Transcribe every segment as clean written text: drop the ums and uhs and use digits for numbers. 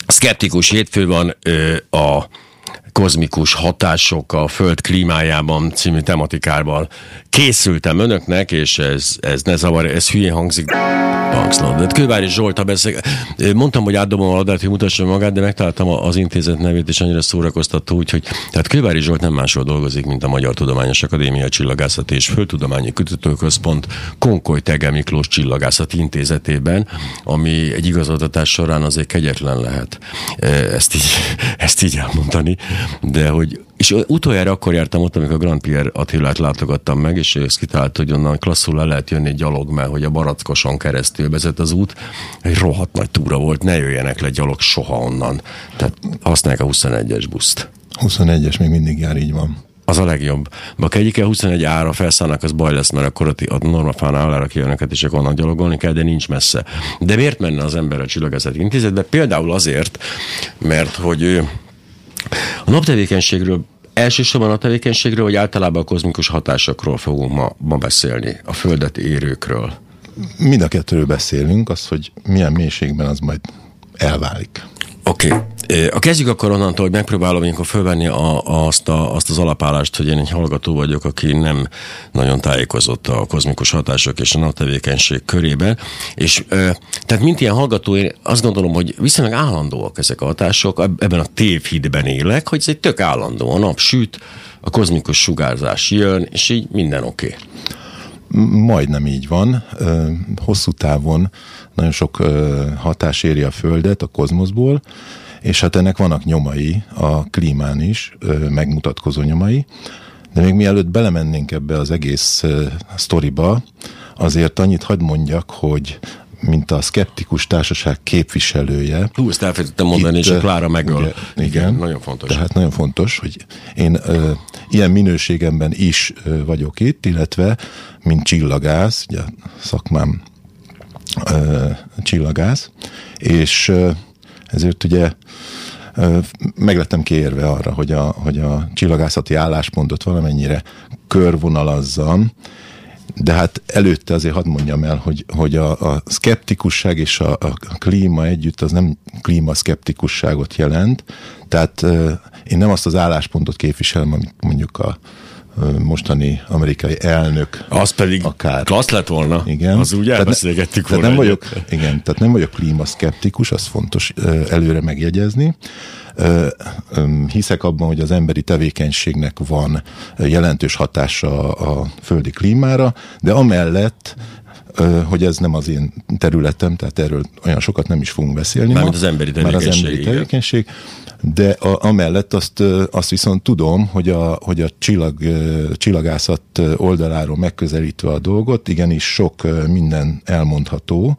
Szkeptikus hétfő van, a kozmikus hatások a Föld klímájában című tematikával készültem önöknek, és ez ne zavar, ez hülyén hangzik. De Kővári Zsolt, mondtam, hogy átdobom a labdát, hogy mutassa magát, de megtaláltam az intézet nevét, és annyira szórakoztató, úgyhogy tehát Kővári Zsolt nem máshol dolgozik, mint a Magyar Tudományos Akadémia Csillagászati és Földtudományi Kutatóközpont Konkoly-Thege Miklós Csillagászati Intézetében, ami egy igazoltatás során azért kegyetlen lehet ezt így elmondani, de hogy és utoljára akkor jártam ott, amikor a Grand Pierre Attilát látogattam meg, és ezt kitalált, hogy onnan klasszul le lehet jönni gyalog, mert hogy a Barackoson keresztül vezet az út. Egy rohadt nagy túra volt, ne jöjjenek le gyalog soha onnan. Tehát használják a 21-es buszt. 21-es még mindig jár, így van. Az a legjobb. Bak egyike 21 ára felszállnak, az baj lesz, mert akkor a normafán állára kijönnek, és akkor onnan gyalogolni kell, de nincs messze. De miért menne az ember a Csillagászati Intézetbe? Például azért, mert hogy a naptevékenységről, elsősorban a tevékenységről, vagy általában a kozmikus hatásokról fogunk ma beszélni, a Földet érőkről. Mind a kettőről beszélünk, az, hogy milyen mélységben, az majd elválik. Oké. Kezdjük akkor onnantól, hogy megpróbálom ilyenkor fölvenni azt az alapállást, hogy én egy hallgató vagyok, aki nem nagyon tájékozott a kozmikus hatások és a naptevékenység körében, és tehát mint ilyen hallgató, én azt gondolom, hogy viszonylag állandóak ezek a hatások, ebben a tévhitben élek, hogy ez egy tök állandó, a nap süt, a kozmikus sugárzás jön, és így minden oké. Majdnem így van. Hosszú távon nagyon sok hatás éri a Földet a kozmoszból, és hát ennek vannak nyomai a klímán is, megmutatkozó nyomai, de még mielőtt belemennénk ebbe az egész sztoriba, azért annyit hadd mondjak, hogy mint a szkeptikus társaság képviselője. Ezt elfelejtettem mondani, és a Klára megöl. Igen, nagyon fontos. Tehát nagyon fontos, hogy én ilyen minőségemben is vagyok itt, illetve mint csillagász, ugye szakmám csillagász, és ezért ugye meg lettem kérve arra, hogy a csillagászati álláspontot valamennyire körvonalazzam, de hát előtte azért hadd mondjam el, hogy a szkeptikusság és a klíma együtt az nem klímaszkeptikusságot jelent, tehát én nem azt az álláspontot képviselem, amit mondjuk a mostani amerikai elnök. Az pedig akár klassz lett volna. Igen. Az úgy elbeszélgettük volna. Tehát nem vagyok klímaszkeptikus, az fontos előre megjegyezni. Hiszek abban, hogy az emberi tevékenységnek van jelentős hatása a földi klímára, de amellett, hogy ez nem az én területem, tehát erről olyan sokat nem is fogunk beszélni. Mármint az emberi tevékenység. De amellett azt viszont tudom, hogy a csillagászat oldaláról megközelítve a dolgot, igenis sok minden elmondható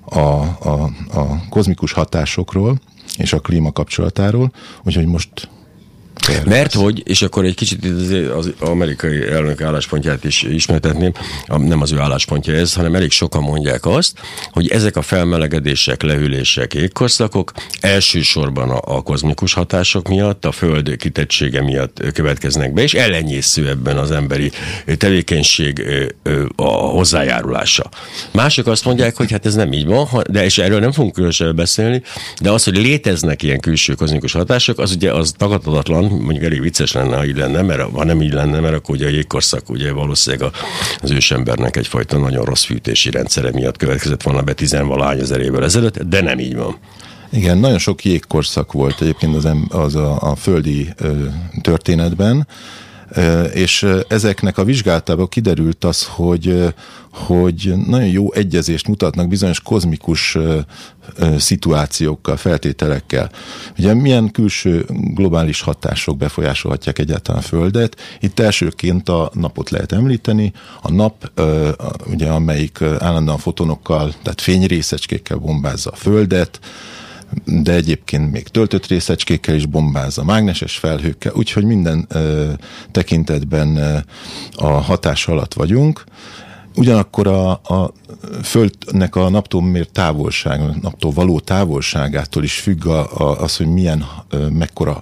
a kozmikus hatásokról és a klíma kapcsolatáról, úgyhogy most mert hogy, és akkor egy kicsit az amerikai elnök álláspontját is ismertetném, nem az ő álláspontja ez, hanem elég sokan mondják azt, hogy ezek a felmelegedések, lehűlések, jégkorszakok elsősorban a kozmikus hatások miatt, a Föld kitettsége miatt következnek be, és ellenyésző ebben az emberi tevékenység a hozzájárulása. Mások azt mondják, hogy hát ez nem így van, de és erről nem fogunk különösen beszélni, de az, hogy léteznek ilyen külső kozmikus hatások, az ugye az tagadhatatlan, mondjuk elég vicces lenne, ha így lenne, mert ha nem így lenne, mert akkor ugye a jégkorszak ugye valószínűleg az ősembernek egyfajta nagyon rossz fűtési rendszere miatt következett volna be 10-valahány ezer évvel ezelőtt, de nem így van. Igen, nagyon sok jégkorszak volt egyébként az a földi történetben, és ezeknek a vizsgálatában kiderült az, hogy nagyon jó egyezést mutatnak bizonyos kozmikus szituációkkal, feltételekkel. Ugye milyen külső globális hatások befolyásolhatják egyáltalán a Földet? Itt elsőként a napot lehet említeni. A nap, ugye, amelyik állandóan fotonokkal, tehát fényrészecskékkel bombázza a Földet, de egyébként még töltött részecskékkel is bombázza, mágneses felhőkkel, úgyhogy minden tekintetben a hatás alatt vagyunk. Ugyanakkor a Földnek a naptól mért távolság, a naptól való távolságától is függ az, hogy mekkora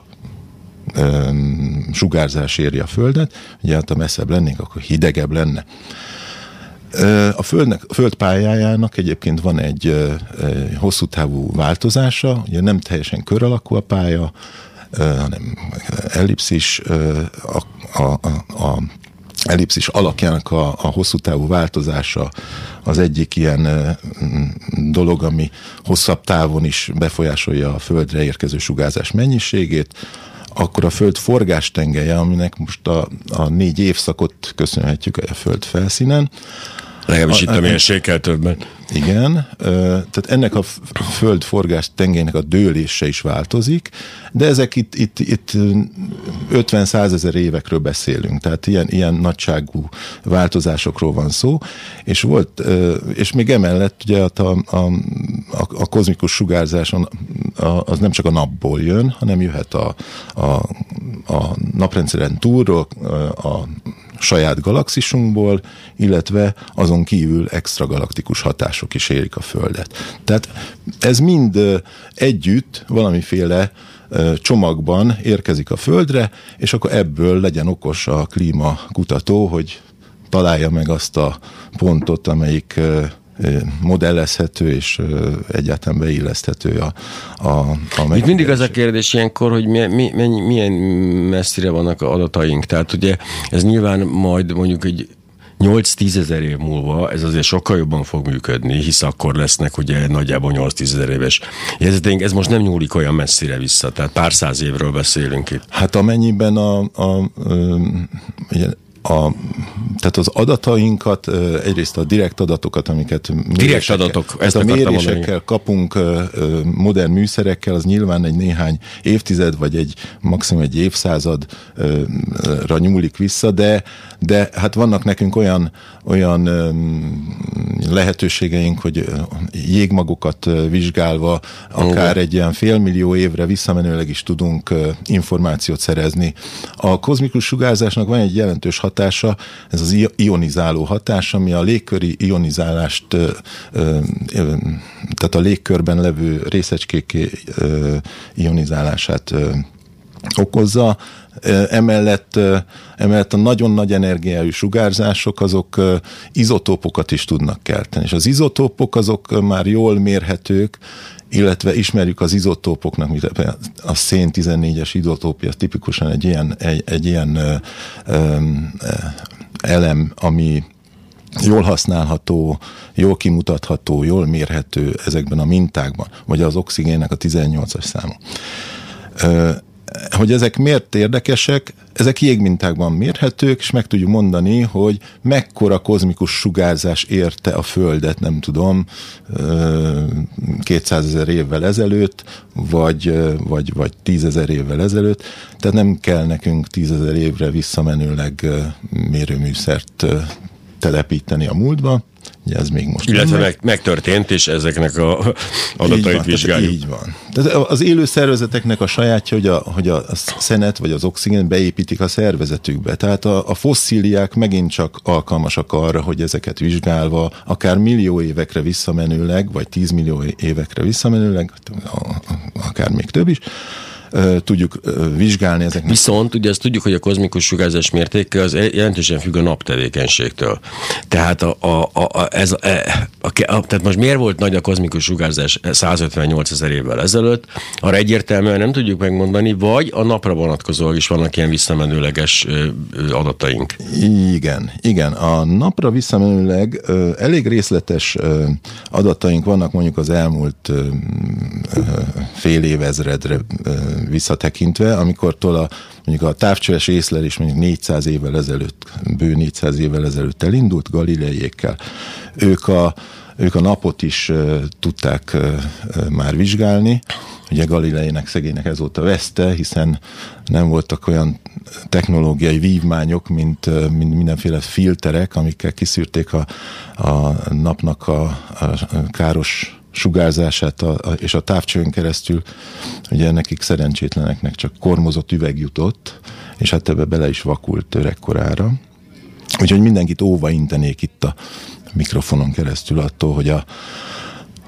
sugárzás éri a Földet. Ugye, ha messzebb lennénk, akkor hidegebb lenne. A Föld pályájának egyébként van egy hosszú távú változása, ugye nem teljesen kör alakú a pálya, hanem ellipszis, a ellipszis alakjának a hosszú távú változása az egyik ilyen dolog, ami hosszabb távon is befolyásolja a Földre érkező sugárzás mennyiségét. Akkor a Föld forgástengelye, aminek most a 4 évszakot köszönhetjük a Föld felszínen. Legalábbis itt a mérsékkel többen. Igen, tehát ennek a Föld forgás tengelynek a dőlése is változik, de ezek itt 50-100 ezer évekről beszélünk, tehát ilyen nagyságú változásokról van szó, és még emellett ugye a kozmikus sugárzás az nem csak a napból jön, hanem jöhet a naprendszeren túlról, a saját galaxisunkból, illetve azon kívül extragalaktikus hatások is érik a Földet. Tehát ez mind együtt valamiféle csomagban érkezik a Földre, és akkor ebből legyen okos a klímakutató, hogy találja meg azt a pontot, amelyik modellezhető és egyáltalán beilleszthető a itt mindig az a kérdés ilyenkor, hogy milyen messzire vannak adataink. Tehát ugye ez nyilván majd mondjuk egy 8-10 ezer év múlva ez azért sokkal jobban fog működni, hisz akkor lesznek ugye nagyjából 8-10 ezer éves jegyzeteink. Ez most nem nyúlik olyan messzire vissza, tehát pár száz évről beszélünk itt. Hát amennyiben tehát az adatainkat, egyrészt a direkt adatokat, amiket mérésekkel kapunk modern műszerekkel, az nyilván egy néhány évtized, vagy egy maximum egy évszázadra nyúlik vissza, de hát vannak nekünk olyan lehetőségeink, hogy jégmagokat vizsgálva akár egy ilyen félmillió évre visszamenőleg is tudunk információt szerezni. A kozmikus sugárzásnak van egy jelentős hatása, ez az ionizáló hatás, ami a légköri ionizálást, tehát a légkörben levő részecskék ionizálását okozza. Emellett a nagyon nagy energiájú sugárzások azok izotópokat is tudnak kelteni, és az izotópok azok már jól mérhetők, illetve ismerjük az izotópoknak, mint a szén 14-es izotópja, tipikusan egy ilyen elem, ami jól használható, jól kimutatható, jól mérhető ezekben a mintákban, vagy az oxigénnek a 18-as száma. Hogy ezek miért érdekesek, ezek jégmintákban mérhetők, és meg tudjuk mondani, hogy mekkora kozmikus sugárzás érte a Földet, nem tudom, 200 000 évvel ezelőtt, vagy 10 000 évvel ezelőtt. Tehát nem kell nekünk 10 000 évre visszamenőleg mérőműszert telepíteni a múltba. Ugye ez még most illetve megtörtént, és ezeknek a adatait vizsgáljuk. Így van. Tehát az élő szervezeteknek a sajátja, hogy a szenet vagy az oxigént beépítik a szervezetükbe. Tehát a fosszíliák megint csak alkalmasak arra, hogy ezeket vizsgálva, akár millió évekre visszamenőleg, vagy 10 millió évekre visszamenőleg, akár még több is, tudjuk vizsgálni ezeknek. Viszont ugye azt tudjuk, hogy a kozmikus sugárzás mértéke az jelentősen függ a naptevékenységtől. Tehát tehát most miért volt nagy a kozmikus sugárzás 158 000 évvel ezelőtt? Arra egyértelműen nem tudjuk megmondani, vagy a napra vonatkozóan is vannak ilyen visszamenőleges adataink. Igen. A napra visszamenőleg elég részletes adataink vannak mondjuk az elmúlt fél évezredre visszatekintve, amikortól mondjuk a távcsöves észlelés mondjuk 400 évvel ezelőtt, bő 400 évvel ezelőtt elindult Galileiékkel. Ők a napot is tudták már vizsgálni. Ugye Galileinek szegénynek ez volt a veszte, hiszen nem voltak olyan technológiai vívmányok, mint mindenféle filterek, amikkel kiszűrték a napnak a káros sugárzását és a távcsőn keresztül, ugye nekik szerencsétleneknek csak kormozott üveg jutott, és hát ebbe bele is vakult öregkorára. Úgyhogy mindenkit óva intenék itt a mikrofonon keresztül attól,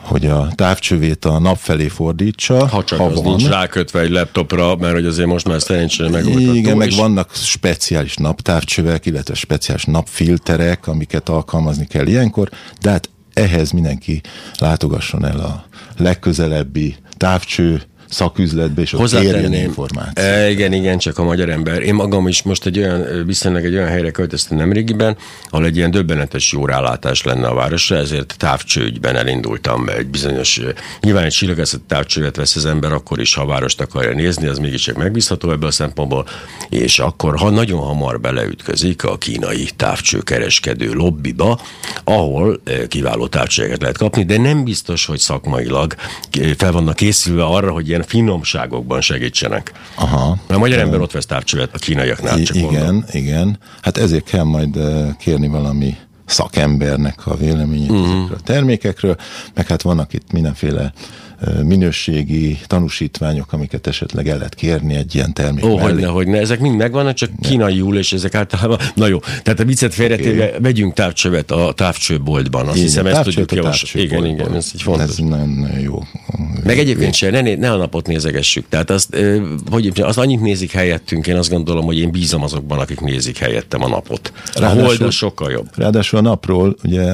hogy a távcsövét a nap felé fordítsa. Ha csak az nincs rákötve egy laptopra, mert hogy azért most már szerencsére megoldható. Igen, meg vannak speciális naptávcsövek, illetve speciális napfilterek, amiket alkalmazni kell ilyenkor, de hát ehhez mindenki látogasson el a legközelebbi távcső szaküzletbe, és ott kérjen információt. Igen, csak a magyar ember. Én magam is most viszonylag egy olyan helyre költöztem nemrégiben, ahol egy ilyen döbbenetes jó rálátás lenne a városra, ezért távcsőügyben elindultam egy bizonyos, nyilván egy csillagászati távcsövet vesz az ember akkor is, ha a várost akarja nézni, az mégiscsak megbízható ebből a szempontból, és akkor, ha nagyon hamar beleütközik a kínai távcsőkereskedő lobbiba, ahol kiváló távcsöveket lehet kapni, de nem biztos, hogy szakmailag fel vannak készülve arra, hogy ilyen finomságokban segítsenek. Aha. A magyar ember ott vesz távcsövet a kínaiaknál, csak mondom. Igen. Hát ezért kell majd kérni valami szakembernek a véleményét ezekről a termékekről, meg hát vannak itt mindenféle minőségi tanúsítványok, amiket esetleg el lehet kérni egy ilyen termék mellé. Hogyne, ezek mind megvannak, csak kínaiul, és ezek általában, na jó, tehát a viccet félretéve, vegyünk távcsövet a távcsőboltban, azt hiszem, ezt tudjuk javasolni. Igen, ez így fontos. Ez nagyon jó. Meg egyébként sem, ne a napot nézegessük, tehát azt annyit nézik helyettünk, én azt gondolom, hogy én bízom azokban, akik nézik helyettem a napot. A hold az sokkal jobb. Ráadásul a napról ugye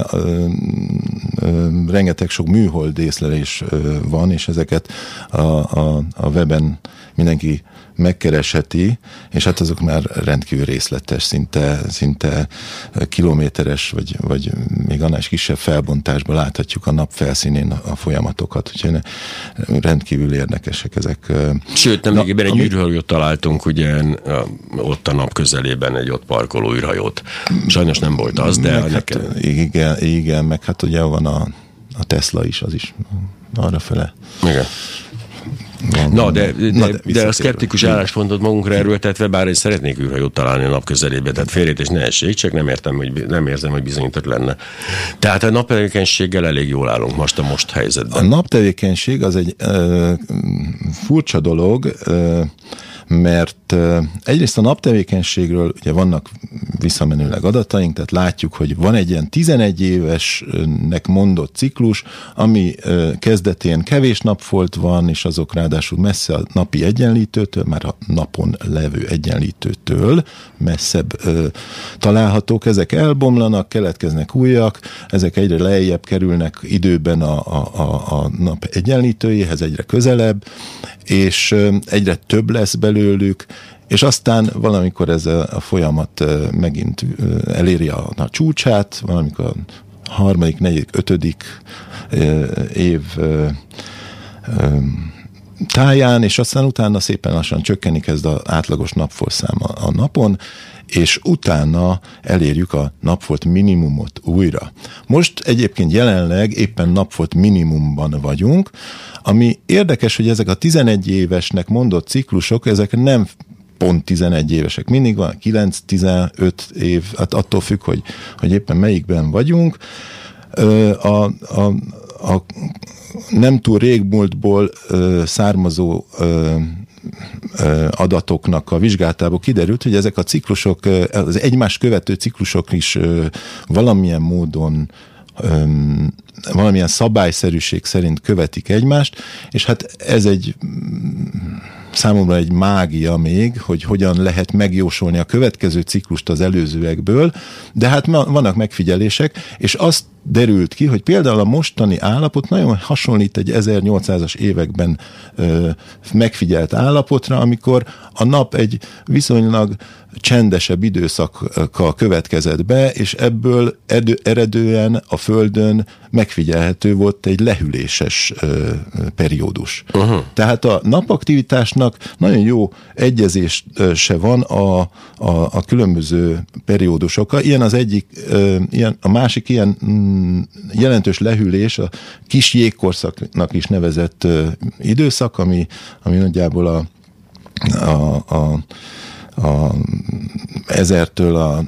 rengeteg sok műhold észlelés van, és ezeket a weben mindenki megkeresheti, és hát azok már rendkívül részletes, szinte kilométeres, vagy még annál is kisebb felbontásban láthatjuk a nap felszínén a folyamatokat, úgyhogy rendkívül érdekesek ezek. Sőt, nemrégiben egy űrhajót találtunk, ugye ott a nap közelében egy ott parkoló űrhajót. Sajnos nem volt az, de... Igen, meg hát ugye van a Tesla is, az is arra fele. Igen. De a szkeptikus álláspontot magunkra erőltetve, bár én szeretnék űrhajót találni a nap közelébe, tehát félreértés ne essék, csak nem érzem, hogy bizonyított lenne. Tehát a naptevékenységgel elég jól állunk most helyzetben. A naptevékenység az egy furcsa dolog, mert egyrészt a naptevékenységről ugye vannak visszamenőleg adataink, tehát látjuk, hogy van egy ilyen 11 évesnek mondott ciklus, ami kezdetén kevés napfolt van, és azok ráadásul messze a napi egyenlítőtől, már a napon levő egyenlítőtől messzebb találhatók, ezek elbomlanak, keletkeznek újak, ezek egyre lejjebb kerülnek időben a nap egyenlítőjéhez, egyre közelebb, és egyre több lesz belőlük, és aztán valamikor ez a folyamat megint eléri a csúcsát, valamikor a harmadik, negyedik, ötödik év táján, és aztán utána szépen lassan csökkenni kezd az átlagos napfolyszám a napon, és utána elérjük a napfolt minimumot újra. Most egyébként jelenleg éppen napfolt minimumban vagyunk, ami érdekes, hogy ezek a 11 évesnek mondott ciklusok, ezek nem pont 11 évesek. Mindig van 9-15 év, hát attól függ, hogy éppen melyikben vagyunk. A nem túl régmúltból származó adatoknak a vizsgálatából kiderült, hogy ezek a ciklusok, az egymást követő ciklusok is valamilyen módon valamilyen szabályszerűség szerint követik egymást, és hát ez számomra egy mágia még, hogy hogyan lehet megjósolni a következő ciklust az előzőekből, de hát vannak megfigyelések, és azt derült ki, hogy például a mostani állapot nagyon hasonlít egy 1800-as években megfigyelt állapotra, amikor a nap egy viszonylag csendesebb időszakkal következett be, és ebből eredően a Földön megfigyelhető volt egy lehűléses periódus. Tehát a napaktivitásnak nagyon jó egyezése van a különböző periódusokkal. Ilyen az egyik, a másik ilyen jelentős lehűlés, a kis jégkorszaknak is nevezett időszak, ami nagyjából a 1000-től a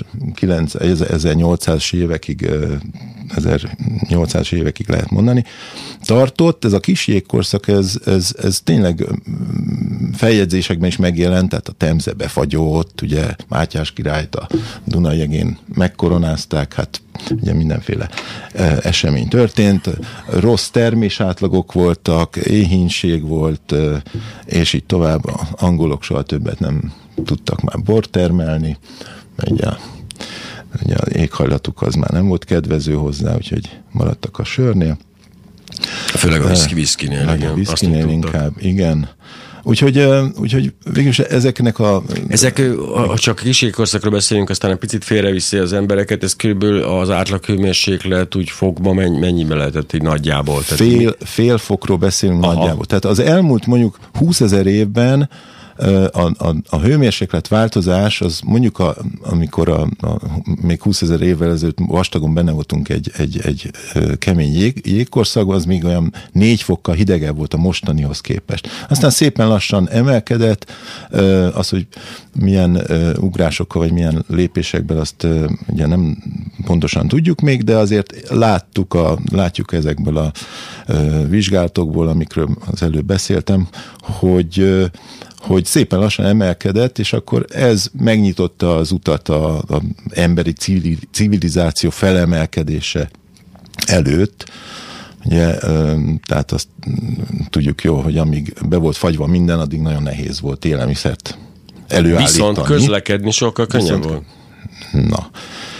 1800-as évekig 1800-as évekig lehet mondani, tartott. Ez a kis jégkorszak, ez tényleg feljegyzésekben is megjelent, tehát a Temze befagyott, ugye Mátyás királyt a Dunajegén megkoronázták, hát ugye mindenféle esemény történt, rossz termésátlagok voltak, éhínség volt, és így tovább. A angolok soha többet nem tudtak már bort termelni, ugye az éghajlatuk az már nem volt kedvező hozzá, úgyhogy maradtak a sörnél. Főleg a viszkinél. A viszkinél inkább, igen. Úgyhogy végülis ezeknek Ezek, ha csak kisjégkorszakról beszélünk, aztán egy picit félreviszi az embereket, ez körülbelül az átlaghőmérséklet úgy fokba mennyibe lehetett így nagyjából? Fél fokról beszélünk nagyjából. Tehát az elmúlt mondjuk 20 000 évben a hőmérséklet változás, az mondjuk amikor még 20 000 évvel ezelőtt vastagon benne voltunk egy kemény jégkorszakban, az még olyan 4 fokkal hidegebb volt a mostanihoz képest. Aztán szépen lassan emelkedett, az, hogy milyen ugrásokkal, vagy milyen lépésekben, azt ugye nem pontosan tudjuk még, de azért látjuk ezekből a vizsgálatokból, amikről az előbb beszéltem, hogy szépen lassan emelkedett, és akkor ez megnyitotta az utat az emberi civilizáció felemelkedése előtt. Ugye, tehát azt tudjuk jó, hogy amíg be volt fagyva minden, addig nagyon nehéz volt élelmiszert előállítani. Viszont közlekedni sokkal könnyebb volt. Na,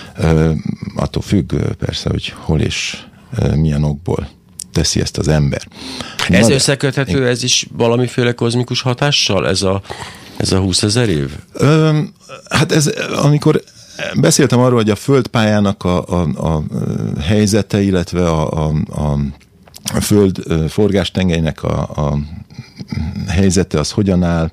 attól függ persze, hogy hol és milyen okból teszi ezt az ember. Ez összeköthető, ez is valamiféle kozmikus hatással, ez a 20 000 év? Hát ez, amikor beszéltem arról, hogy a földpályának a helyzete, illetve a föld forgástengelynek a helyzete az hogyan áll,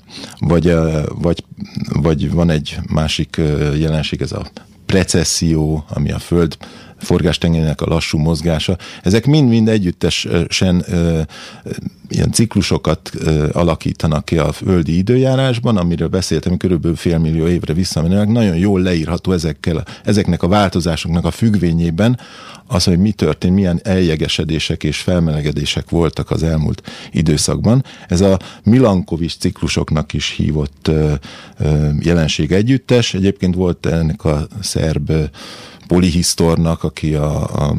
vagy van egy másik jelenség, ez a precesszió, ami a föld forgástengelynek a lassú mozgása. Ezek mind együttesen ilyen ciklusokat alakítanak ki a földi időjárásban, amiről beszéltem, körülbelül 500 millió évre visszamenőleg, nagyon jól leírható ezeknek a változásoknak a függvényében az, hogy mi történt, milyen eljegesedések és felmelegedések voltak az elmúlt időszakban. Ez a Milankovics ciklusoknak is hívott jelenség együttes. Egyébként volt ennek a szerb polihisztornak, aki a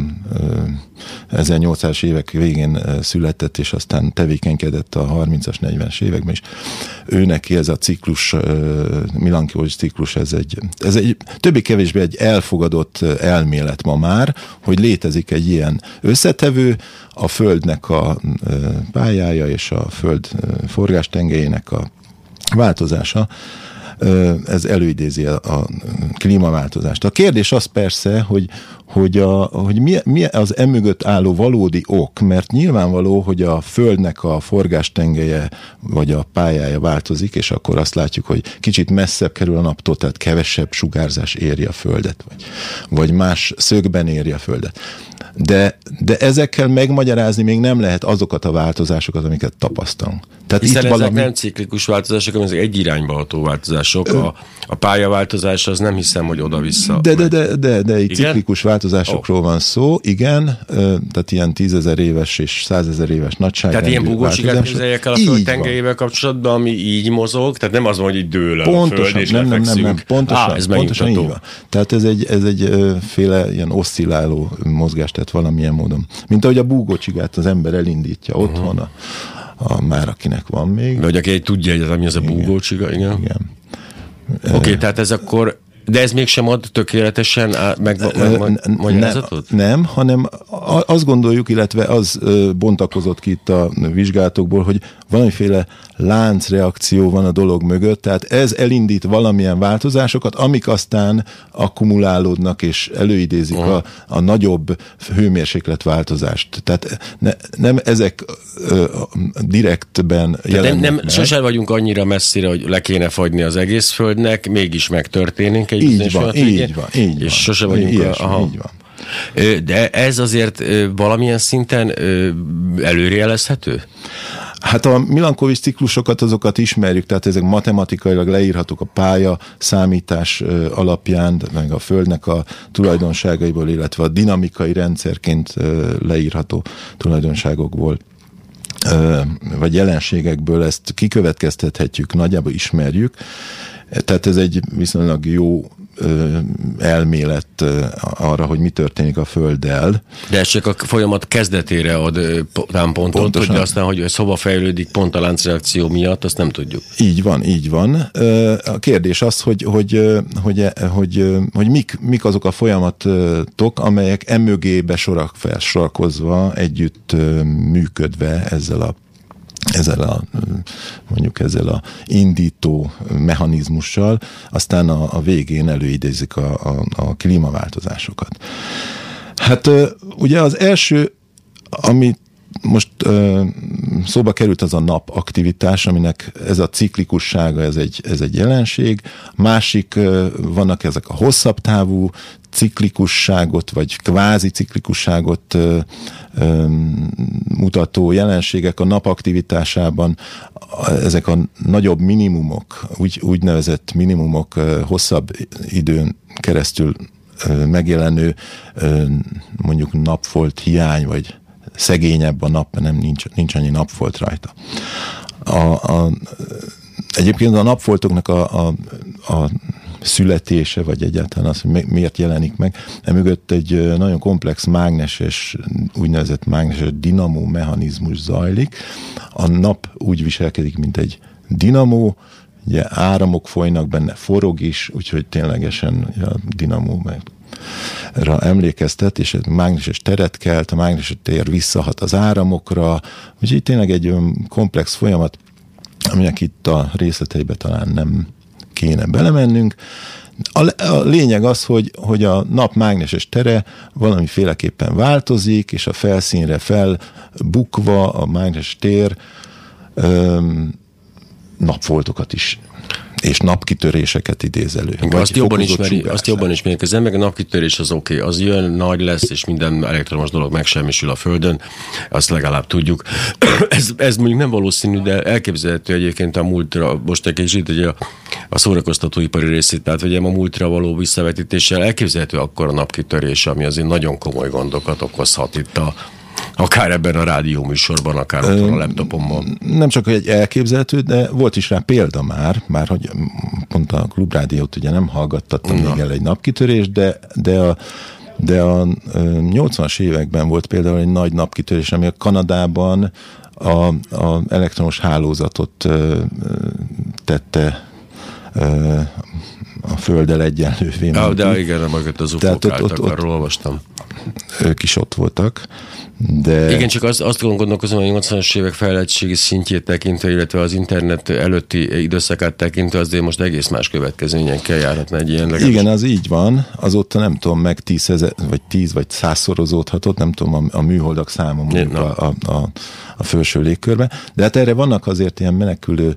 1800-as évek végén született, és aztán tevékenykedett a 30-as, 40-es években is. Őneki ez a ciklus, Milankovics ciklus, ez egy többé-kevésbé egy elfogadott elmélet ma már, hogy létezik egy ilyen összetevő, a Földnek a pályája és a Föld forgástengelyének a változása, ez előidézi a klímaváltozást. A kérdés az persze, hogy mi az emögött álló valódi ok, mert nyilvánvaló, hogy a Földnek a forgástengelye vagy a pályája változik, és akkor azt látjuk, hogy kicsit messzebb kerül a naptól, tehát kevesebb sugárzás éri a Földet, vagy más szögben éri a Földet. De ezekkel megmagyarázni még nem lehet azokat a változásokat, amiket tapasztalunk. Tehát hiszen ezek nem ciklikus változások, hanem ezek egy irányba ható változások. A pályaváltozás az nem hiszem, hogy oda-vissza. De így ciklikus változásokról van szó, igen, tehát ilyen 10 000 éves és 100 000 éves nagyságrendű. Tehát ilyen búgócsigát képzeljek el a Föld tengelyével kapcsolatban, ami így mozog, tehát nem az van, hogy így dől el a Föld, és nem, pontosan így van. Tehát ez egy féle ilyen oszcilláló mozgás, tehát valamilyen módon. Mint ahogy a búgócsigát az ember elindítja otthon, már akinek van még. Vagy aki tudja, hogy mi az a búgócsiga, igen. Oké, tehát ez akkor, de ez mégsem ad tökéletesen magyarázatot? Nem, hanem azt gondoljuk, illetve az bontakozott ki itt a vizsgálatokból, hogy valamiféle láncreakció van a dolog mögött, tehát ez elindít valamilyen változásokat, amik aztán akkumulálódnak és előidézik a nagyobb hőmérsékletváltozást. Tehát nem ezek direktben jelennek meg. Sosem vagyunk annyira messzire, hogy le kéne fagyni az egész Földnek, mégis megtörténik egy így van. És sosem vagyunk így van. De ez azért valamilyen szinten előrejelezhető? Hát a Milankovics ciklusokat, azokat ismerjük, tehát ezek matematikailag leírhatók a pálya számítás alapján, meg a Földnek a tulajdonságaiból, illetve a dinamikai rendszerként leírható tulajdonságokból vagy jelenségekből ezt kikövetkeztethetjük, nagyjából ismerjük. Tehát ez egy viszonylag jó elmélet arra, hogy mi történik a Földdel. De ez csak a folyamat kezdetére ad támpontot, hogy aztán, hogy ez hova fejlődik pont a láncreakció miatt, azt nem tudjuk. Így van. A kérdés az, hogy mik azok a folyamatok, amelyek emögébe felsorakozva, együtt működve ezzel a indító mechanizmussal, aztán a végén előidézik a klímaváltozásokat. Hát ugye az első, ami most szóba került, az a napaktivitás, aminek ez a ciklikussága, ez egy jelenség. Másik, vannak ezek a hosszabb távú ciklikusságot, vagy kvázi ciklikusságot mutató jelenségek a napaktivitásában. Ezek a nagyobb minimumok, úgynevezett minimumok hosszabb időn keresztül megjelenő mondjuk napfolt hiány, vagy szegényebb a nap, mert nincs annyi napfolt rajta. Egyébként a napfoltoknak a születése, vagy egyáltalán az, hogy miért jelenik meg, emögött egy nagyon komplex mágneses, úgynevezett mágneses dinamó mechanizmus zajlik. A nap úgy viselkedik, mint egy dinamó, ugye áramok folynak benne, forog is, úgyhogy ténylegesen a dinamóra emlékeztet, és mágneses teret kelt, a mágneses tér visszahat az áramokra, úgyhogy tényleg egy komplex folyamat, aminek itt a részleteibe talán nem kéne belemennünk. A lényeg az, hogy a nap mágneses tere valamiféleképpen változik, és a felszínre felbukva a mágneses tér napfoltokat is és napkitöréseket idéz elő. Azt jobban ismerik az ember, a napkitörés az oké, az jön, nagy lesz, és minden elektromos dolog megsemmisül a Földön, azt legalább tudjuk. ez mondjuk nem valószínű, de elképzelhető egyébként a múltra, most egy kicsit ugye a szórakoztatóipari részét, tehát ugye a múltra való visszavetítéssel elképzelhető akkor a napkitörés, ami azért nagyon komoly gondokat okozhat itt akár ebben a rádióműsorban, akár otthon a laptopomban. Nem csak egy elképzelhető, de volt is rá példa már hogy pont a Klubrádiót ugye nem hallgattattam még el egy napkitörés, de a 80-as években volt például egy nagy napkitörés, ami a Kanadában a elektromos hálózatot tette a Földdel egyenlővé. De igen, magát az ufók álltak, arról olvastam. Ők is ott voltak. De... Igen, csak azt gondolkozom, hogy a 80-as évek fejlettségi szintjét tekintve, illetve az internet előtti időszakát tekintve, azért most egész más következményekkel járhatna egy ilyen. Igen, az így van. Azóta nem tudom, meg 10 vagy 100-szorozódhatott, nem tudom, a műholdak száma mondjuk a felső légkörben. De hát erre vannak azért ilyen menekülő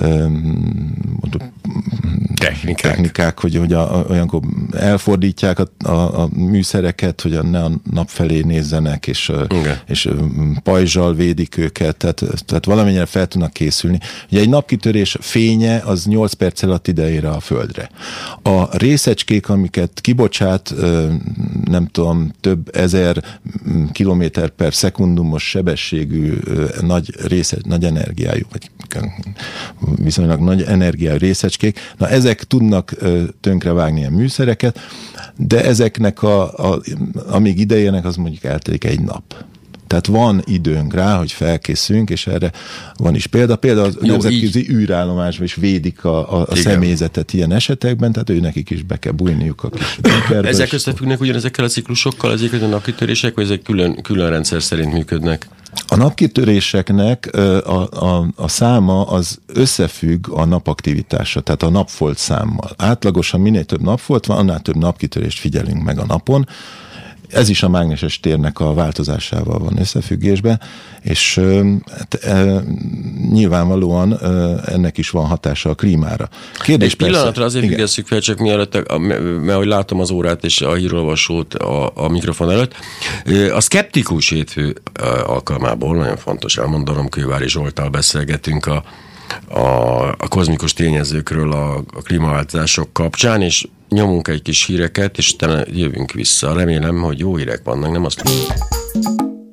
technikák, hogy olyankor elfordítják a műszereket, hogy ne a nap felé nézzenek, és pajzsal védik őket, tehát valamennyire fel tudnak készülni. Ugye egy napkitörés fénye az 8 perc alatt ideér a Földre. A részecskék, amiket kibocsát, nem tudom, több ezer kilométer per szekundumos sebességű nagy energiájú, vagy viszonylag nagy energiájú részecskék, na ezek tudnak tönkrevágni a műszereket, de ezeknek amíg idejének, az mondjuk eltelik egy nap. Tehát van időnk rá, hogy felkészüljünk, és erre van is példa. Például a nemzetközi űrállomásban is védik a személyzetet ilyen esetekben, tehát nekik is be kell bújniuk a kis bunkerbe. Ezek összefüggnek ugyanezekkel a ciklusokkal, ezek a napkitörések, vagy ezek külön rendszer szerint működnek? A napkitöréseknek a száma az összefügg a napaktivitása, tehát a napfolt számmal. Átlagosan minél több napfolt van, annál több napkitörést figyelünk meg a napon. Ez is a mágneses térnek a változásával van összefüggésben, és nyilvánvalóan ennek is van hatása a klímára. Kérdés, egy pillanatra azért figyeljük fel, csak mielőtt, mert hogy látom az órát és a hírolvasót a mikrofon előtt. A szkeptikus hétfő alkalmából, nagyon fontos elmondanom, Kővári Zsolttal beszélgetünk a kozmikus tényezőkről a klímaváltozások kapcsán, és nyomunk egy kis híreket, és utána jövünk vissza. Remélem, hogy jó hírek vannak, nem azt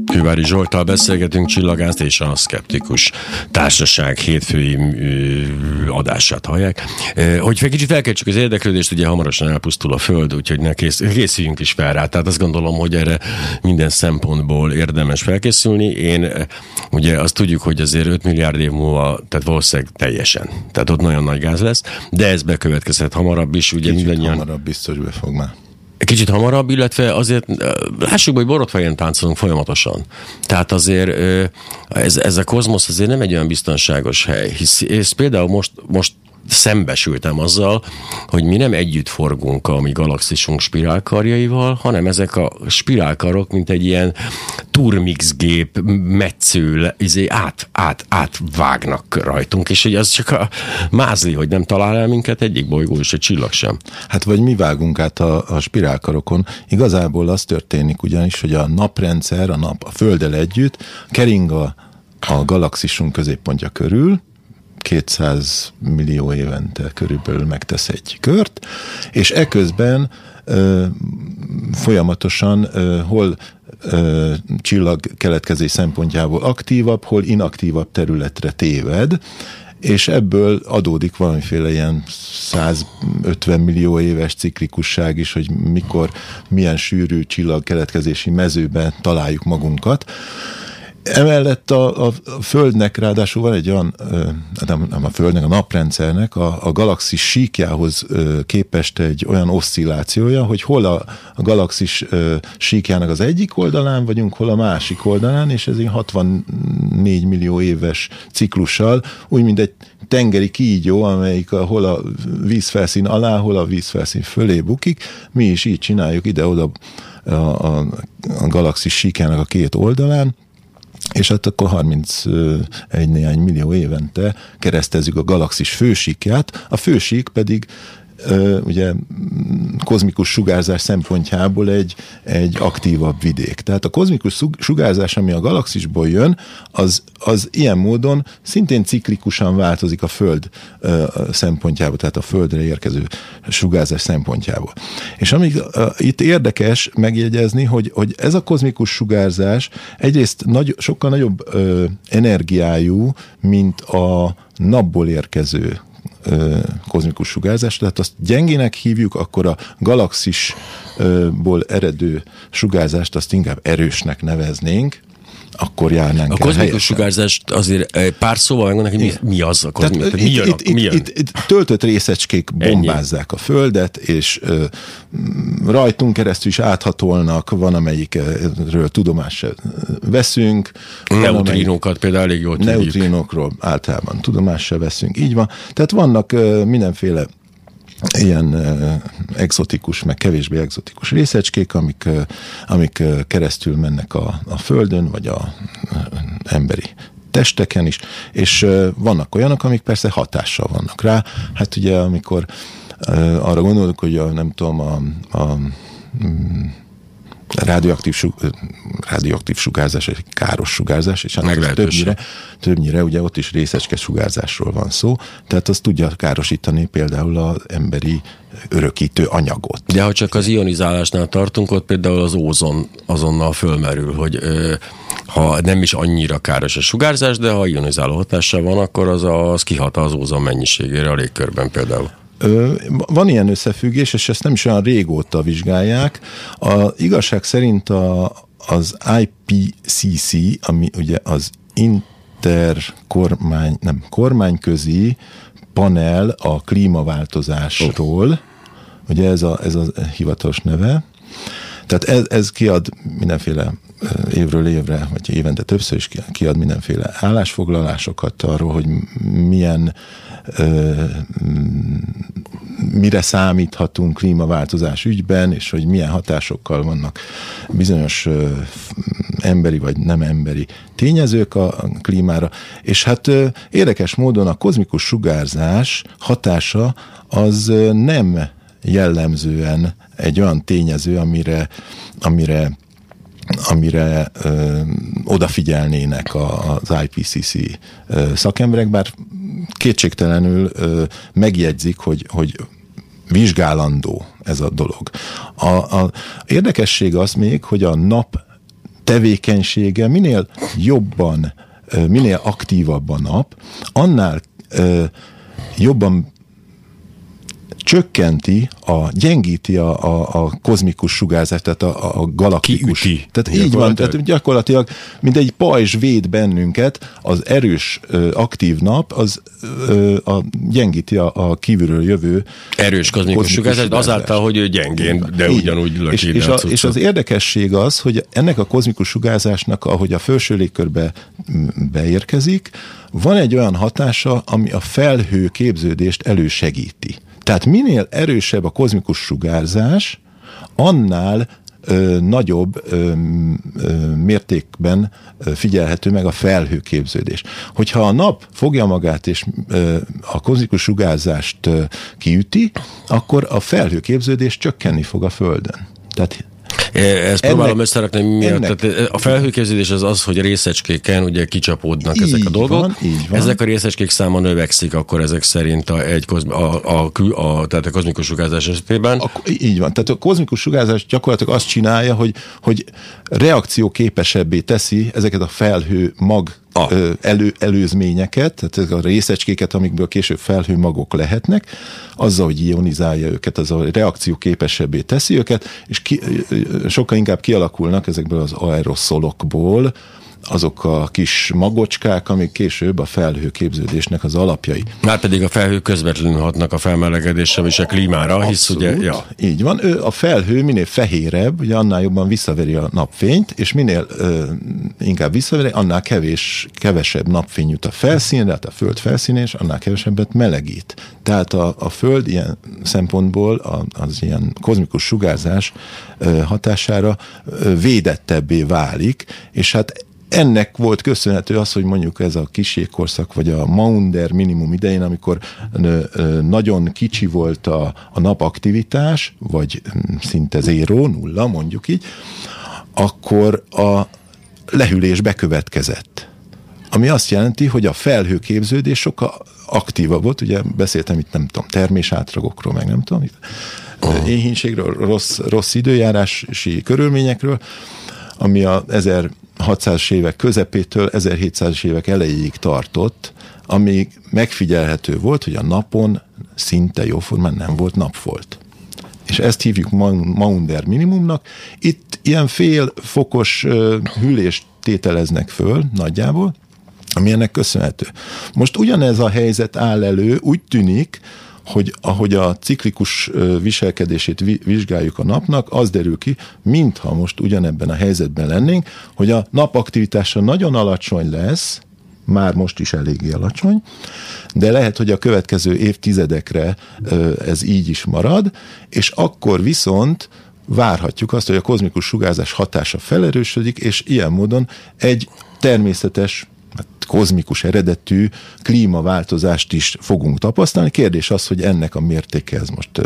Kővári Zsolttal beszélgetünk, Csillagászt és a Szkeptikus Társaság hétfői adását hallják. Hogy kicsit felkeltsük az érdeklődést, ugye hamarosan elpusztul a Föld, úgyhogy ne készüljünk is fel rá. Tehát azt gondolom, hogy erre minden szempontból érdemes felkészülni. Ugye azt tudjuk, hogy azért 5 milliárd év múlva, tehát valószínűleg teljesen. Tehát ott nagyon nagy gáz lesz, de ez bekövetkezhet hamarabb is. Ugye kicsit hamarabb biztos be fog már. Kicsit hamarabb, illetve azért lássuk, hogy borotfején táncolunk folyamatosan. Tehát azért ez a kozmosz azért nem egy olyan biztonságos hely. Hisz például most szembesültem azzal, hogy mi nem együtt forgunk a mi galaxisunk spirálkarjaival, hanem ezek a spirálkarok, mint egy ilyen turmixgép metsző, átvágnak rajtunk, és hogy az csak a mázli, hogy nem talál el minket egyik bolygó, és egy csillag sem. Hát vagy mi vágunk át a spirálkarokon. Igazából az történik ugyanis, hogy a naprendszer, a Földdel együtt kering a galaxisunk középpontja körül, 200 millió évente körülbelül megtesz egy kört, és eközben folyamatosan hol csillag keletkezés szempontjából aktívabb, hol inaktívabb területre téved, és ebből adódik valamiféle ilyen 150 millió éves ciklikusság is, hogy mikor, milyen sűrű csillagkeletkezési mezőben találjuk magunkat. Emellett a Földnek ráadásul van egy olyan, nem a Földnek, a naprendszernek a galaxis síkjához képest egy olyan oszcillációja, hogy hol a galaxis síkjának az egyik oldalán vagyunk, hol a másik oldalán, és ez 64 millió éves ciklussal, úgy mint egy tengeri kígyó, amelyik hol a vízfelszín alá, hol a vízfelszín fölé bukik. Mi is így csináljuk ide-oda a galaxis síkjának a két oldalán, és hát akkor 31 néhány millió évente keresztezzük a galaxis fősíkját, a fősík pedig ugye kozmikus sugárzás szempontjából egy aktívabb vidék. Tehát a kozmikus sugárzás, ami a galaxisból jön, az ilyen módon szintén ciklikusan változik a Föld szempontjából, tehát a Földre érkező sugárzás szempontjából. És amíg itt érdekes megjegyezni, hogy ez a kozmikus sugárzás egyrészt sokkal nagyobb energiájú, mint a napból érkező kozmikus sugárzás, tehát azt gyengének hívjuk, akkor a galaxisból eredő sugárzást azt inkább erősnek neveznénk, akkor járnánk a kozmikus sugárzást azért pár szóval megmondnak, hogy mi az a kozmikus. Itt töltött részecskék bombázzák a Földet, és rajtunk keresztül is áthatolnak, van amelyikről tudomást veszünk. Neutrinókat például elég jól tudjuk. Neutrinókról általában tudomást se veszünk, így van. Tehát vannak mindenféle ilyen egzotikus, meg kevésbé egzotikus részecskék, amik keresztül mennek a Földön, vagy a emberi testeken is, és vannak olyanok, amik persze hatással vannak rá. Hát ugye, amikor arra gondolok, hogy nem tudom, a radioaktív sugárzás, egy káros sugárzás, és többnyire ugye ott is részecske sugárzásról van szó, tehát az tudja károsítani például az emberi örökítő anyagot. De ha csak az ionizálásnál tartunk, ott például az ózon azonnal fölmerül, hogy ha nem is annyira káros a sugárzás, de ha ionizáló hatással van, akkor az kihat az ózon mennyiségére a légkörben például. Van ilyen összefüggés, és ezt nem is olyan régóta vizsgálják. A igazság szerint az IPCC, ami ugye az kormányközi panel a klímaváltozásról, ugye ez a hivatalos neve, tehát ez kiad mindenféle évről évre, vagy évente többször is kiad mindenféle állásfoglalásokat arról, hogy mire számíthatunk klímaváltozás ügyben, és hogy milyen hatásokkal vannak bizonyos emberi vagy nem emberi tényezők a klímára. És hát érdekes módon a kozmikus sugárzás hatása az nem jellemzően egy olyan tényező, amire odafigyelnének az IPCC szakemberek, bár kétségtelenül megjegyzik, hogy vizsgálandó ez a dolog. A érdekesség az még, hogy a nap tevékenysége minél jobban, minél aktívabb a nap, annál jobban csökkenti, gyengíti a kozmikus sugárzást, tehát a galaktikus. Kiüti. Tehát így van, tehát gyakorlatilag, mint egy pajzs véd bennünket, az erős, aktív nap, az gyengíti a kívülről jövő erős kozmikus sugárzást, azáltal, hogy ő gyengén, de ugyanúgy löki. És az érdekesség az, hogy ennek a kozmikus sugárzásnak, ahogy a felső légkörbe beérkezik, van egy olyan hatása, ami a felhő képződést elősegíti. Tehát minél erősebb a kozmikus sugárzás, annál nagyobb mértékben figyelhető meg a felhőképződés. Hogyha a nap fogja magát és a kozmikus sugárzást kiüti, akkor a felhőképződés csökkenni fog a Földön. Tehát ezt próbálom összerakni, miatt. A felhőképződés az, hogy a részecskéken ugye kicsapódnak ezek a dolgok. Így van. Ezek a részecskék száma növekszik akkor ezek szerint tehát a kozmikus sugárzás esetében. Így van. Tehát a kozmikus sugárzás gyakorlatilag azt csinálja, hogy reakcióképesebbé teszi ezeket a felhő mag előzményeket, tehát ezek a részecskéket, amikből később felhőmagok lehetnek, azzal, hogy ionizálja őket, azzal, hogy reakcióképesebbé teszi őket, és sokkal inkább kialakulnak ezekből az aeroszolokból azok a kis magocskák, amik később a felhőképződésnek az alapjai. Márpedig a felhők közvetlenül hatnak a felmelegedésre és a klímára, hisz ugye... Ja. Így van. A felhő minél fehérebb, ugye annál jobban visszaveri a napfényt, és minél inkább visszaveri, annál kevesebb napfény jut a felszínre, tehát a Föld felszínén, és annál kevesebbet melegít. Tehát a Föld ilyen szempontból az ilyen kozmikus sugárzás hatására védettebbé válik, és hát ennek volt köszönhető az, hogy mondjuk ez a kis jégkorszak, vagy a Maunder minimum idején, amikor nagyon kicsi volt a napaktivitás, vagy szinte zéró, nulla, mondjuk így, akkor a lehűlés bekövetkezett. Ami azt jelenti, hogy a felhőképződés sokkal aktívabb volt, ugye beszéltem itt, nem tudom, termésátragokról, meg nem tudom, éhínségről, rossz időjárási körülményekről, ami a 1600-as évek közepétől 1700-as évek elejéig tartott, amíg megfigyelhető volt, hogy a napon szinte jóformán nem volt napfolt. És ezt hívjuk Maunder minimumnak. Itt ilyen fél fokos hűlést tételeznek föl nagyjából, ami ennek köszönhető. Most ugyanez a helyzet áll elő, úgy tűnik, hogy ahogy a ciklikus viselkedését vizsgáljuk a napnak, az derül ki, mintha most ugyanebben a helyzetben lennénk, hogy a napaktivitása nagyon alacsony lesz, már most is eléggé alacsony, de lehet, hogy a következő évtizedekre ez így is marad, és akkor viszont várhatjuk azt, hogy a kozmikus sugárzás hatása felerősödik, és ilyen módon egy természetes, kozmikus eredetű klímaváltozást is fogunk tapasztalni. Kérdés az, hogy ennek a mértéke ez most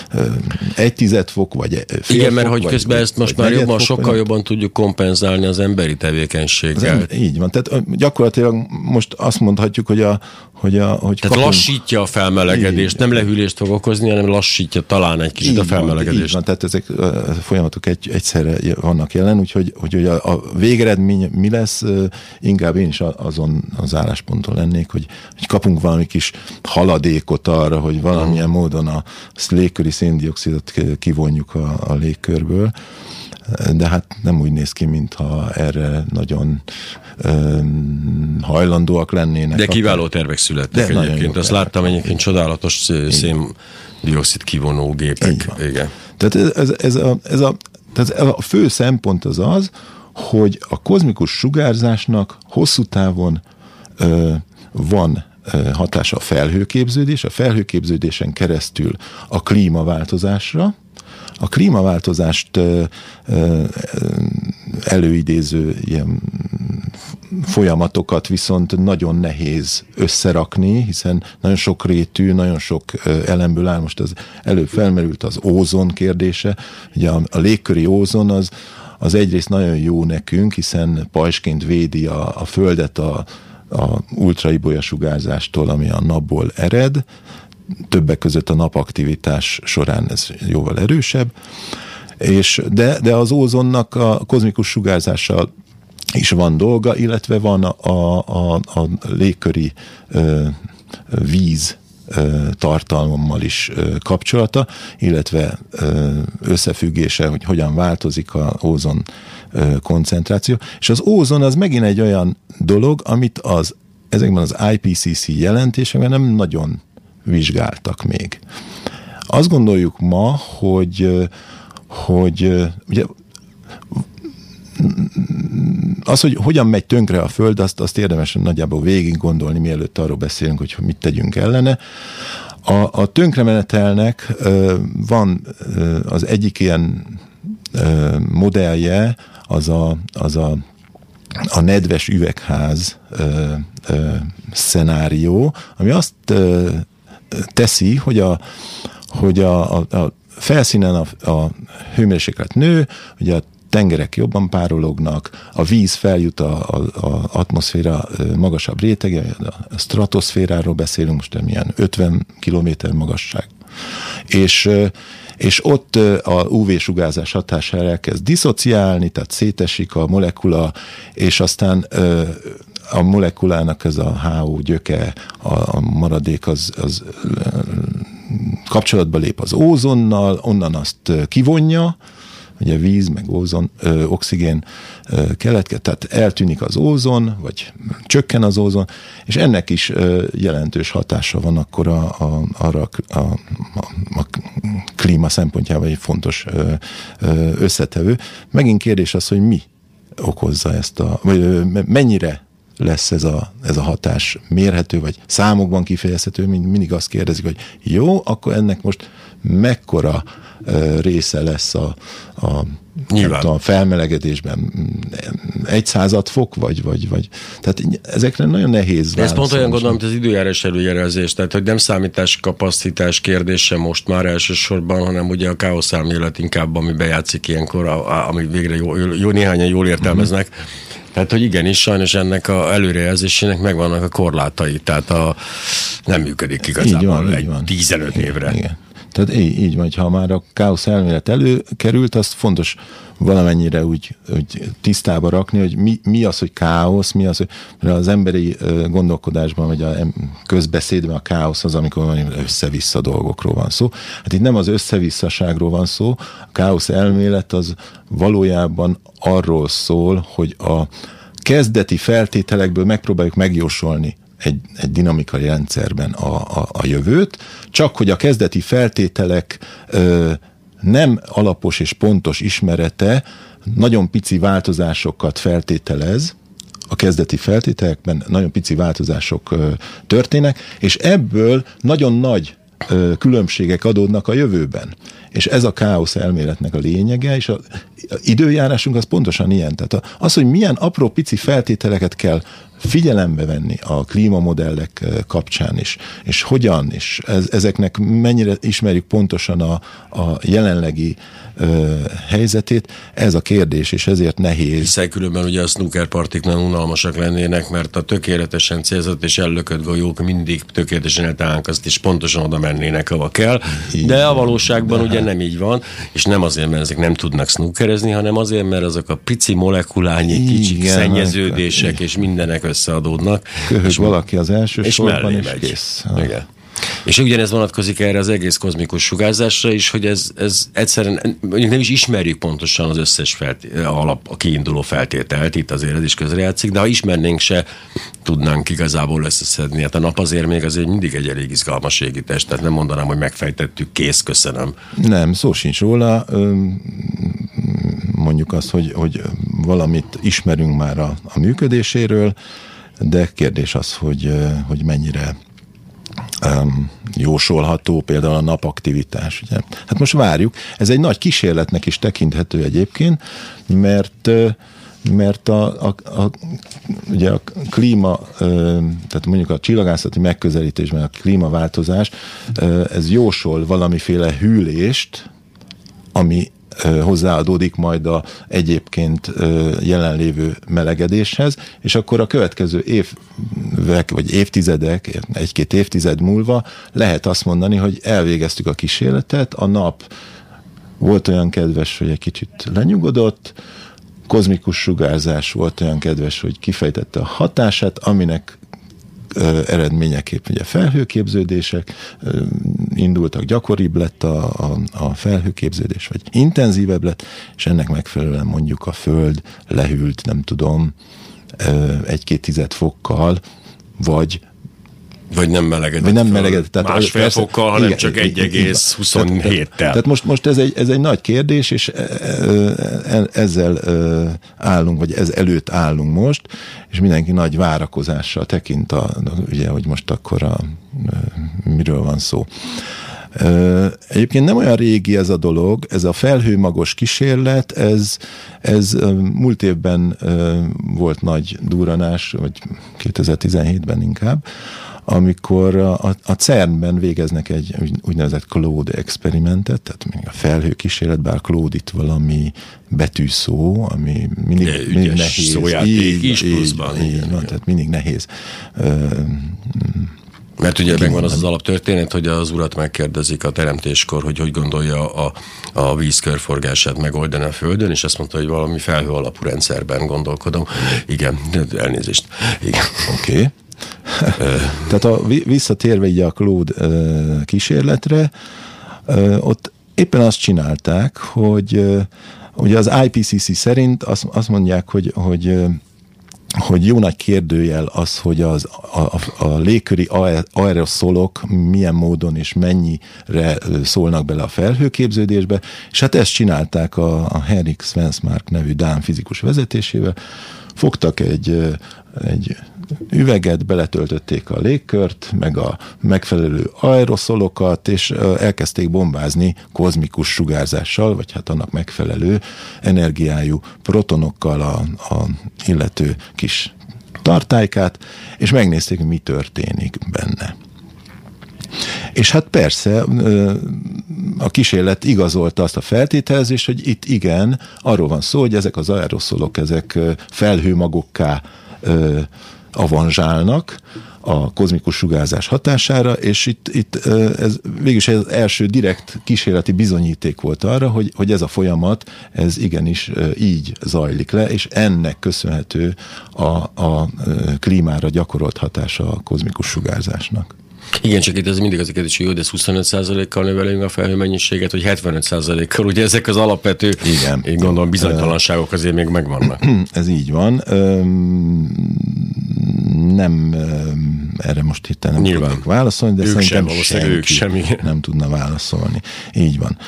1/10 fok, vagy fél igen, mert fok, hogy közben ezt most már jobban, sokkal jobban tudjuk kompenzálni az emberi tevékenységgel. Így van. Tehát gyakorlatilag most azt mondhatjuk, hogy tehát lassítja a felmelegedést, nem lehűlést fog okozni, hanem lassítja talán egy kicsit a felmelegedést. Így van, tehát ezek folyamatok egyszerre vannak jelen, úgyhogy a végeredmény mi lesz, inkább én is azon az állásponton lennék, hogy kapunk valami kis haladékot arra, hogy valamilyen módon a légköri széndioxidot kivonjuk a légkörből, de hát nem úgy néz ki, mintha erre nagyon hajlandóak lennének. De kiváló tervek születtek egyébként. Azt láttam egyébként csodálatos széndioxid kivonó gépek. Igen. Tehát ez a fő szempont az, hogy a kozmikus sugárzásnak hosszú távon van hatása a felhőképződés, a felhőképződésen keresztül a klímaváltozásra. A klímaváltozást előidéző ilyen folyamatokat viszont nagyon nehéz összerakni, hiszen nagyon sok rétű, nagyon sok elemből áll. Most az előbb felmerült az ózon kérdése. Ugye a légköri ózon az egyrészt nagyon jó nekünk, hiszen pajzsként védi a Földet a ultraibolya sugárzástól, ami a napból ered, többek között a napaktivitás során ez jóval erősebb, De az ózonnak a kozmikus sugárzással is van dolga, illetve van a légköri víz tartalommal is kapcsolata, illetve összefüggése, hogy hogyan változik az ózon koncentráció. És az ózon az megint egy olyan dolog, amit ezekben az IPCC jelentésekben nem nagyon vizsgáltak még. Azt gondoljuk ma, hogy ugye az, hogy hogyan megy tönkre a Föld, azt érdemes nagyjából végig gondolni, mielőtt arról beszélünk, hogy mit tegyünk ellene. A tönkremenetelnek van az egyik ilyen modellje, az a nedves üvegház szenárió, ami azt teszi, hogy a felszínen a hőmérséklet nő, ugye a tengerek jobban párolognak, a víz feljut az atmoszféra magasabb rétege, a stratoszféráról beszélünk most, milyen 50 kilométer magasság. És ott a UV-sugárzás hatására elkezd diszociálni, tehát szétesik a molekula, és aztán a molekulának ez a HO gyöke, a maradék az kapcsolatba lép az ózonnal, onnan azt kivonja, ugye víz, meg ózon, oxigén keletkezik, tehát eltűnik az ózon, vagy csökken az ózon, és ennek is jelentős hatása van akkor arra a klíma szempontjában egy fontos összetevő. Megint kérdés az, hogy mi okozza ezt vagy mennyire lesz ez a hatás mérhető, vagy számokban kifejezhető, mindig azt kérdezik, hogy jó, akkor ennek most mekkora része lesz a felmelegedésben 1/100 fok, vagy tehát ezekre nagyon nehéz válaszolni. Ez pont olyan gondolom, mint az időjárás előjelezés, tehát hogy nem számításkapacitás kérdése most már elsősorban, hanem ugye a káoszálmélet inkább, ami bejátszik ilyenkor, ami végre jó néhányan jól értelmeznek. Tehát, hogy igenis, sajnos ennek az előrejelzésének megvannak a korlátai, tehát nem működik igazából így van. 15 évre. Igen. Tehát így van, ha már a káosz elmélet előkerült, azt fontos valamennyire úgy tisztába rakni, hogy mi az, hogy káosz, mi az, hogy mert az emberi gondolkodásban, vagy a közbeszédben a káosz az, amikor van össze-vissza dolgokról van szó. Hát itt nem az összevisszaságról van szó, a káosz elmélet az valójában arról szól, hogy a kezdeti feltételekből megpróbáljuk megjósolni egy dinamikai rendszerben a jövőt, csak hogy a kezdeti feltételek nem alapos és pontos ismerete nagyon pici változásokat feltételez, a kezdeti feltételekben nagyon pici változások történnek, és ebből nagyon nagy különbségek adódnak a jövőben. És ez a káosz elméletnek a lényege, és az időjárásunk az pontosan ilyen. Tehát az, hogy milyen apró pici feltételeket kell figyelembe venni a klímamodellek kapcsán is, és hogyan, és ezeknek mennyire ismerjük pontosan a jelenlegi helyzetét, ez a kérdés, és ezért nehéz. Hiszen különben ugye a snookerpartik nagyon unalmasak lennének, mert a tökéletesen célzott és ellökött golyók mindig tökéletesen eltalálnánk, azt is pontosan oda mennének, ahova kell. De a valóságban ugye nem így van, és nem azért, mert ezek nem tudnak snookerezni, hanem azért, mert azok a pici molekulányi kicsi szennyeződések és mindenek összeadódnak. És valaki az első sorban, és kész. Igen. És ugyanez vonatkozik erre az egész kozmikus sugárzásra is, hogy ez egyszerűen nem is ismerjük pontosan az összes a kiinduló feltételt, itt azért ez is közrejátszik, de ha ismernénk se, tudnánk igazából összeszedni. Hát a nap azért mindig egy elég izgalmas égitest, tehát nem mondanám, hogy megfejtettük, kész, köszönöm. Nem, szó sincs róla. Mondjuk azt, hogy valamit ismerünk már a működéséről, de kérdés az, hogy mennyire jósolható például a napaktivitás. Ugye? Hát most várjuk. Ez egy nagy kísérletnek is tekinthető egyébként, mert ugye a klíma, tehát mondjuk a csillagászati megközelítésben a klímaváltozás, ez jósol valamiféle hűlést, ami hozzáadódik majd a egyébként jelenlévő melegedéshez, és akkor a következő évek, vagy évtizedek, 1-2 évtized múlva lehet azt mondani, hogy elvégeztük a kísérletet, a nap volt olyan kedves, hogy egy kicsit lenyugodott, kozmikus sugárzás volt olyan kedves, hogy kifejtette a hatását, aminek eredményeképp ugye felhőképződések indultak, gyakoribb lett a felhőképződés, vagy intenzívebb lett, és ennek megfelelően mondjuk a Föld lehűlt, nem tudom, 1-2 fokkal, vagy nem melegedett. Tehát másfél fokkal, hanem igen, csak 1,27-tel. Tehát most ez egy nagy kérdés, és ezzel állunk, vagy ez előtt állunk most, és mindenki nagy várakozással tekint, ugye, hogy most akkor miről van szó. Egyébként nem olyan régi ez a dolog, ez a felhőmagos kísérlet, ez múlt évben volt nagy durranás, vagy 2017-ben inkább, amikor a CERN-ben végeznek egy úgynevezett Claude experimentet, tehát még a felhőkísérlet, bár Claude itt valami betűszó, ami mindig nehéz. Szójáték is pluszban. Így van, tehát mindig nehéz. Mert ugye megvan az alaptörténet, hogy az urat megkérdezik a teremtéskor, hogy gondolja a víz körforgását megoldani a Földön, és azt mondta, hogy valami felhő alapú rendszerben gondolkodom. Igen, elnézést. Igen. Oké. Tehát visszatérve így a Claude kísérletre, ott éppen azt csinálták, hogy ugye az IPCC szerint azt mondják, hogy jó nagy kérdőjel az, hogy a légköri aeroszolok milyen módon és mennyire szólnak bele a felhőképződésbe, és hát ezt csinálták a Henrik Svensmark nevű dán fizikus vezetésével. Fogtak egy üveget, beletöltötték a légkört, meg a megfelelő aeroszolokat, és elkezdték bombázni kozmikus sugárzással, vagy hát annak megfelelő energiájú protonokkal a illető kis tartálykát, és megnézték, hogy mi történik benne. És hát persze a kísérlet igazolta azt a feltételezést, hogy itt igen, arról van szó, hogy ezek az aeroszolok, ezek felhőmagokká avanzsálnak a kozmikus sugárzás hatására, és itt ez végülis az első direkt kísérleti bizonyíték volt arra, hogy ez a folyamat, ez igenis így zajlik le, és ennek köszönhető a klímára gyakorolt hatása a kozmikus sugárzásnak. Igen, csak itt ez mindig az a kérdés, hogy jó, de ez 25%-kal növelünk a felhőmennyiséget, hogy 75%-kal, ugye ezek az alapvető, igen, én gondolom bizonytalanságok azért még megvannak. Ez így van. Nem erre most itt nem tudnak válaszolni, de ők szerintem senki nem tudna válaszolni. Így van.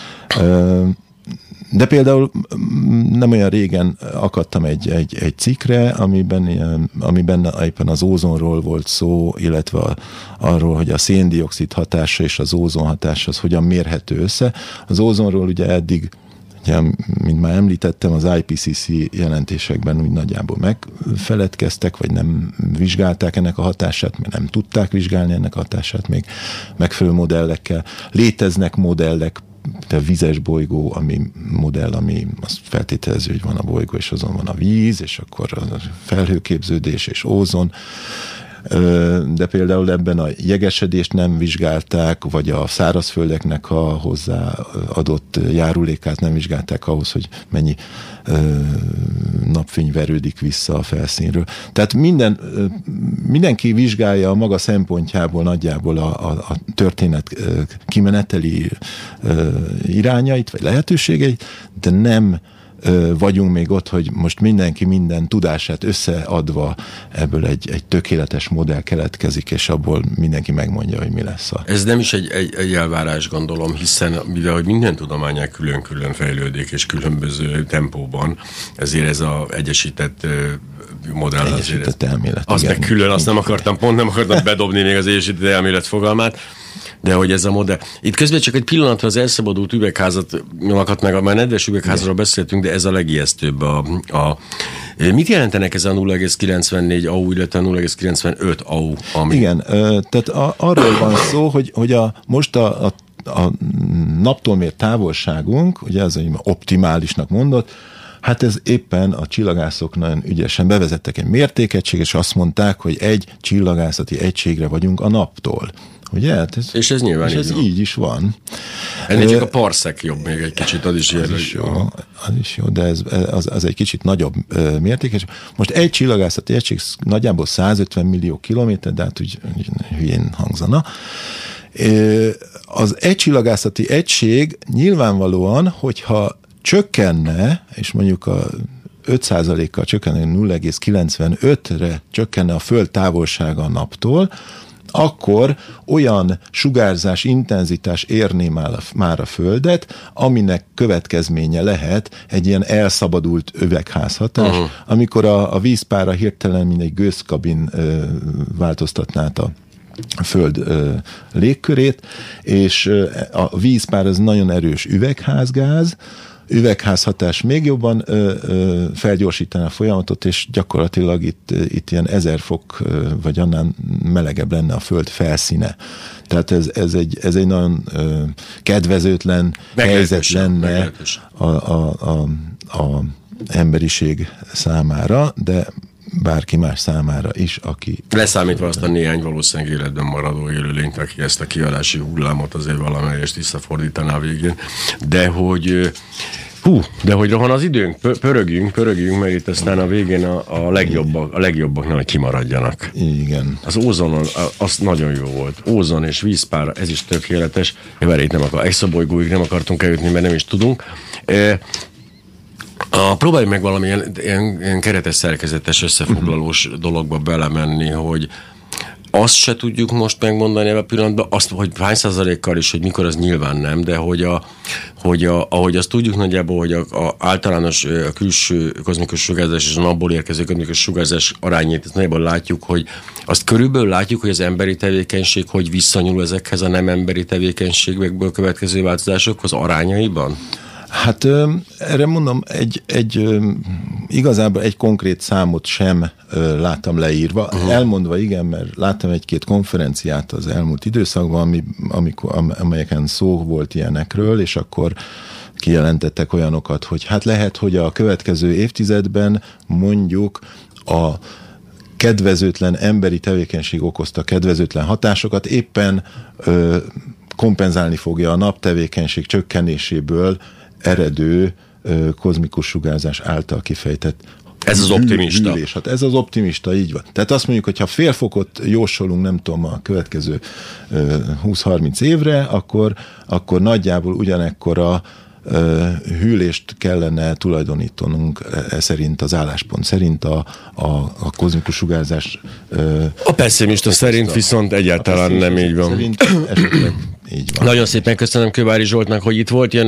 De például nem olyan régen akadtam egy cikkre, amiben éppen az ózonról volt szó, illetve arról, hogy a széndioxid hatása és az ózon hatása az hogyan mérhető össze. Az ózonról ugye eddig, ugye, mint már említettem, az IPCC jelentésekben úgy nagyjából megfeledkeztek, vagy nem vizsgálták ennek a hatását, mert nem tudták vizsgálni ennek a hatását még megfelelő modellekkel. Léteznek modellek, a vizes bolygó, ami azt feltételező, hogy van a bolygó, és azon van a víz, és akkor a felhőképződés és ózon, de például ebben a jegesedést nem vizsgálták, vagy a szárazföldeknek a hozzáadott járulékát nem vizsgálták ahhoz, hogy mennyi napfény verődik vissza a felszínről. Tehát mindenki vizsgálja a maga szempontjából nagyjából a történet kimeneteli irányait, vagy lehetőségeit, de nem vagyunk még ott, hogy most mindenki minden tudását összeadva ebből egy tökéletes modell keletkezik, és abból mindenki megmondja, hogy mi lesz. Ez nem is egy elvárás, gondolom, hiszen mivel hogy minden tudományák külön-külön fejlődik, és különböző tempóban, ezért ez az egyesített modell egyesített elmélet. Az igen, meg külön, azt nem akartam bedobni még az egyesített elmélet fogalmát, de hogy ez a modell. Itt közben csak egy pillanatra az elszabadult üvegházat makadt meg, már nedves üvegházról beszéltünk, de ez a legijesztőbb. Mit jelentenek ez a 0,94 AU, illetve 0,95 AU? Igen, tehát arról van szó, hogy most a naptól mért távolságunk, ugye az, hogy optimálisnak mondott, hát ez éppen a csillagászok nagyon ügyesen bevezettek egy mértékegység, és azt mondták, hogy egy csillagászati egységre vagyunk a naptól. Ugye? Hát és ez nyilván így is van. Ennél csak a parsec jobb még egy kicsit, az is jó, de az egy kicsit nagyobb mértékes. Most egy csillagászati egység nagyjából 150 millió kilométer, de hát úgy hülyén hangzana. Az egy csillagászati egység nyilvánvalóan, hogyha csökkenne, és mondjuk a 5%-kal csökkenne, 0,95-re csökkenne a Föld távolsága a naptól, akkor olyan sugárzás, intenzitás érné már a Földet, aminek következménye lehet egy ilyen elszabadult üvegházhatás, amikor a vízpára hirtelen mint egy gőzkabin változtatná a Föld légkörét, és a vízpár az nagyon erős üvegházhatás még jobban felgyorsítaná a folyamatot, és gyakorlatilag itt ilyen 1000 fok vagy annál melegebb lenne a Föld felszíne. Tehát ez egy nagyon kedvezőtlen helyzet lenne a emberiség számára, de bárki más számára is, aki... Leszámítva azt a néhány valószínűleg életben maradó élőlényt, aki ezt a kiadási hullámot azért valamelyest visszafordítaná a végén. De hogy rohan az időnk, pörögjünk, mert itt aztán a végén a legjobbaknál kimaradjanak. Igen. Az ózonon, az nagyon jó volt. Ózon és vízpár, ez is tökéletes. Itt nem exobolygóig nem akartunk eljutni, mert nem is tudunk. Próbáljuk meg valamilyen ilyen keretes, szerkezetes, összefoglalós dologba belemenni, hogy azt se tudjuk most megmondani ebben a pillanatban, azt, hogy hány százalékkal is, hogy mikor, az nyilván nem, de ahogy azt tudjuk nagyjából, hogy a általános a külső kozmikus sugárzás és a napból érkező kozmikus sugárzás arányét, ezt nagyjából látjuk, hogy azt körülbelül látjuk, hogy az emberi tevékenység hogy visszanyúl ezekhez a nem emberi tevékenységből következő változásokhoz arányaiban? Hát erre mondom, igazából egy konkrét számot sem láttam leírva. Elmondva igen, mert láttam egy-két konferenciát az elmúlt időszakban, amelyeken szó volt ilyenekről, és akkor kijelentettek olyanokat, hogy hát lehet, hogy a következő évtizedben mondjuk a kedvezőtlen emberi tevékenység okozta kedvezőtlen hatásokat éppen kompenzálni fogja a naptevékenység csökkenéséből eredő kozmikus sugárzás által kifejtett ez az optimista. Hűlés. Hát ez az optimista, így van. Tehát azt mondjuk, hogy ha fél fokot jósolunk, nem tudom, a következő 20-30 évre, akkor nagyjából ugyanekkora hűlést kellene tulajdonítanunk szerint, az álláspont szerint a kozmikus sugárzás. A pessimista szerint viszont egyáltalán nem így van. Szerint esetleg így van. Nagyon szépen köszönöm Kővári Zsoltnak, hogy itt volt.